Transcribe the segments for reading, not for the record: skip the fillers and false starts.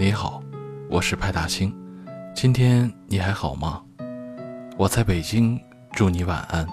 你好，我是派大星，今天你还好吗？我在北京，祝你晚安。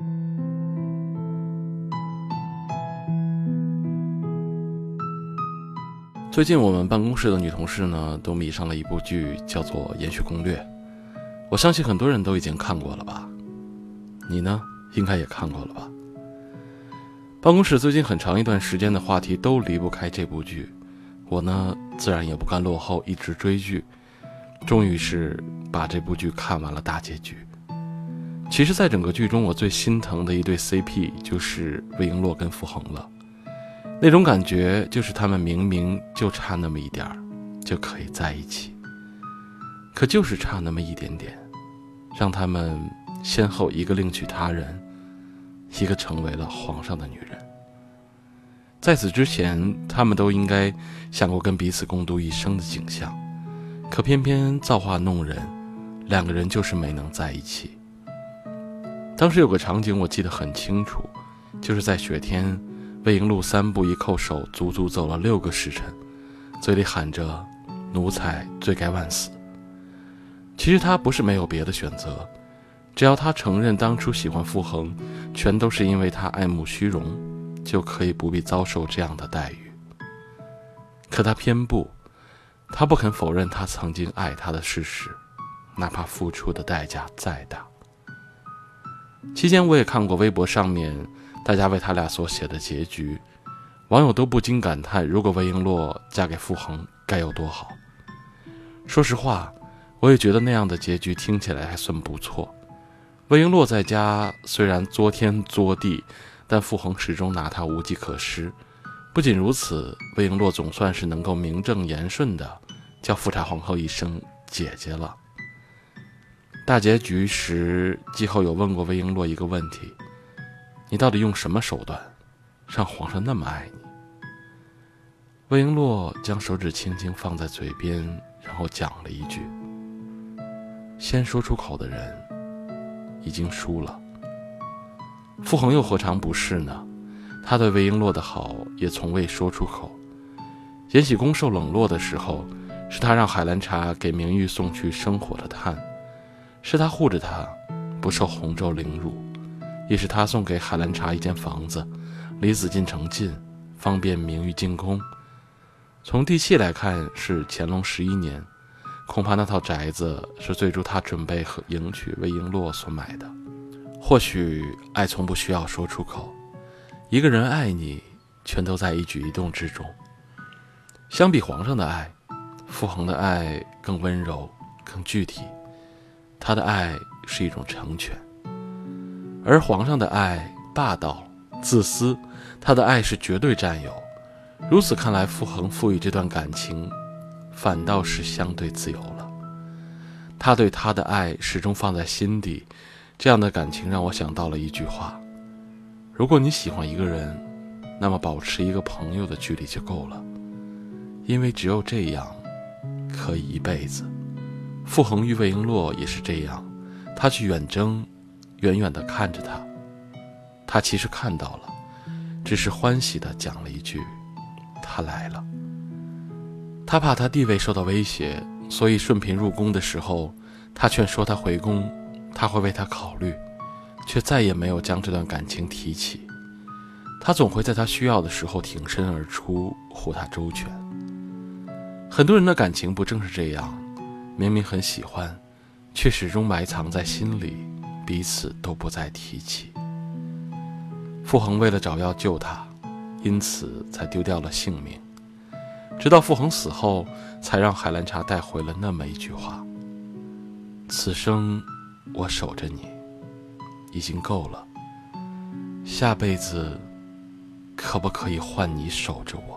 最近我们办公室的女同事呢，都迷上了一部剧，叫做《延续攻略》。我相信很多人都已经看过了吧？你呢，应该也看过了吧？办公室最近很长一段时间的话题都离不开这部剧，我呢，自然也不甘落后，一直追剧，终于是把这部剧看完了大结局。其实在整个剧中，我最心疼的一对 CP 就是魏璎珞跟傅恒了。那种感觉就是他们明明就差那么一点就可以在一起，可就是差那么一点点，让他们先后一个另娶他人，一个成为了皇上的女人。在此之前，他们都应该想过跟彼此共度一生的景象，可偏偏造化弄人，两个人就是没能在一起。当时有个场景我记得很清楚，就是在雪天，魏璎珞三步一叩首，足足走了6个时辰，嘴里喊着奴才罪该万死。其实他不是没有别的选择，只要他承认当初喜欢傅恒全都是因为他爱慕虚荣，就可以不必遭受这样的待遇。可他偏不，他不肯否认他曾经爱他的事实，哪怕付出的代价再大。期间我也看过微博上面大家为他俩所写的结局，网友都不禁感叹，如果魏璎珞嫁给傅恒该有多好。说实话，我也觉得那样的结局听起来还算不错。魏璎珞在家虽然作天作地，但傅恒始终拿她无计可施。不仅如此，魏璎珞总算是能够名正言顺的叫富察皇后一声姐姐了。大结局时，季后有问过魏璎珞一个问题，你到底用什么手段让皇上那么爱你？魏璎珞将手指轻轻放在嘴边，然后讲了一句，先说出口的人已经输了。傅恒又何尝不是呢？他对魏璎珞的好也从未说出口。延禧宫受冷落的时候，是他让海兰察给明玉送去生火的炭，是他护着她不受洪州凌辱，也是他送给海兰察一间房子，离紫禁城近，方便明玉进宫。从地契来看是乾隆11年，恐怕那套宅子是最初他准备和迎娶魏璎珞所买的。或许爱从不需要说出口，一个人爱你全都在一举一动之中。相比皇上的爱，傅恒的爱更温柔更具体，他的爱是一种成全。而皇上的爱霸道自私，他的爱是绝对占有。如此看来，傅恒赋予这段感情反倒是相对自由了。他对他的爱始终放在心底，这样的感情让我想到了一句话，如果你喜欢一个人，那么保持一个朋友的距离就够了，因为只有这样可以一辈子。傅恒与魏璎珞也是这样，他去远征，远远地看着他，他其实看到了，只是欢喜地讲了一句他来了。他怕他地位受到威胁，所以顺嫔入宫的时候，他劝说他回宫，他会为他考虑，却再也没有将这段感情提起。他总会在他需要的时候挺身而出，护他周全。很多人的感情不正是这样，明明很喜欢，却始终埋藏在心里，彼此都不再提起。傅恒为了找药救他，因此才丢掉了性命，直到傅恒死后，才让海兰察带回了那么一句话，此生我守着你已经够了，下辈子可不可以换你守着我？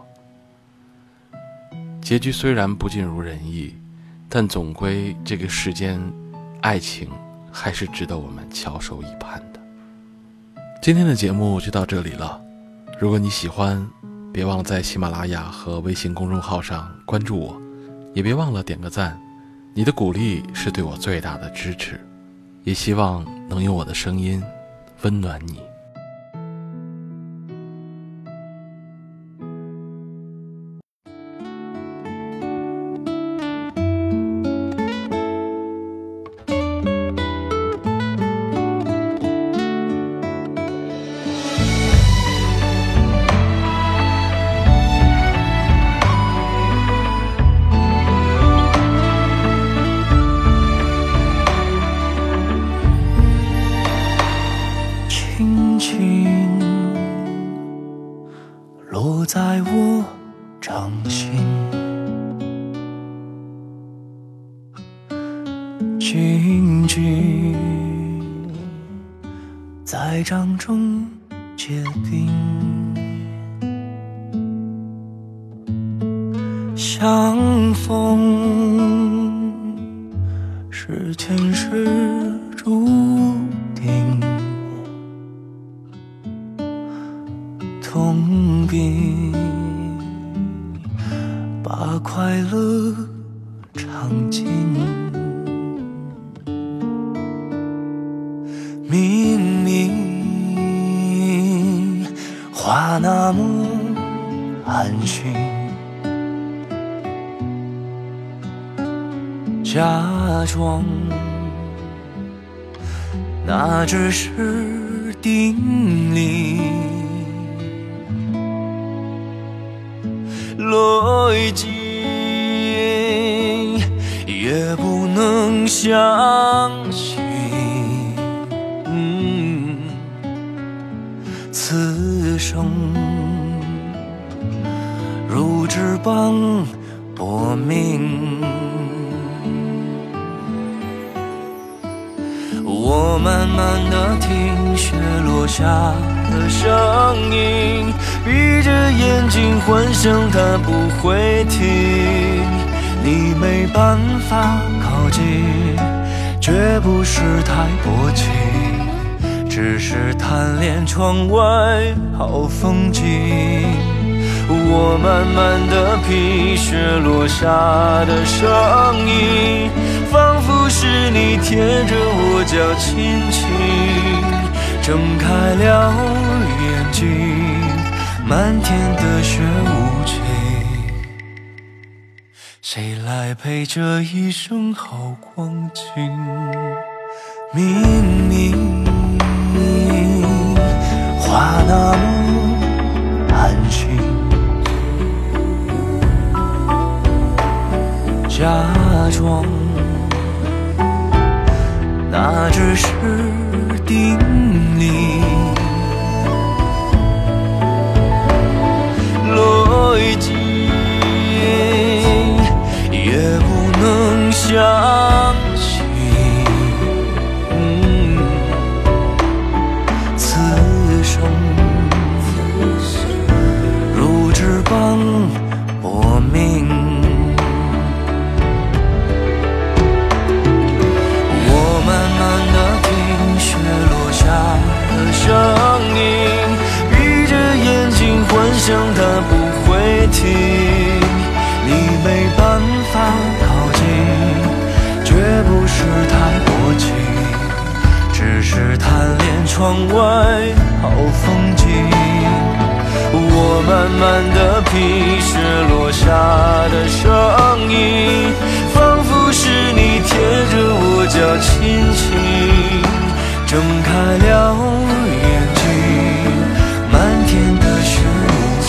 结局虽然不尽如人意，但总归这个世间爱情还是值得我们翘首以盼的。今天的节目就到这里了，如果你喜欢，别忘了在喜马拉雅和微信公众号上关注我，也别忘了点个赞，你的鼓励是对我最大的支持，也希望能用我的声音温暖你。 落在我掌心，静静在掌中结冰，相逢是前世注定，痛并把快乐尝尽。明明话那么安心，假装那只是定理，逻辑也不能相信。此生如纸般薄命，我慢慢地听雪落下的声音，闭着眼睛幻想它不会停。你没办法靠近，绝不是太薄情，只是贪恋窗外好风景。我慢慢地品雪落下的声音，仿佛是你贴着我脚轻轻睁开了眼睛，漫天的雪无情，谁来陪这一生好光景？明明话那么安心，假装那只是定理，逻辑也不能相信。此生如纸般薄命，声音，闭着眼睛幻想它不会停。你没办法靠近，绝不是太薄情，只是贪恋窗外好风景。我慢慢地品雪落下的声音，仿佛是你贴着我脚轻轻睁开了眼睛，漫天的雪无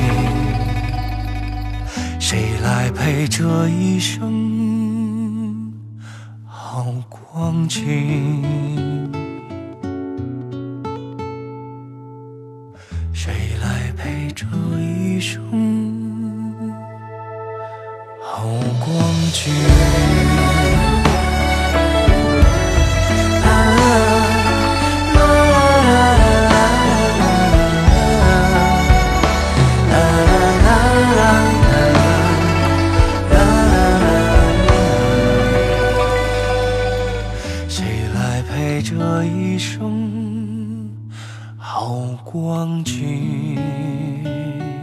情，谁来陪这一生好光景？谁来陪这一生好光景？这一生好光景。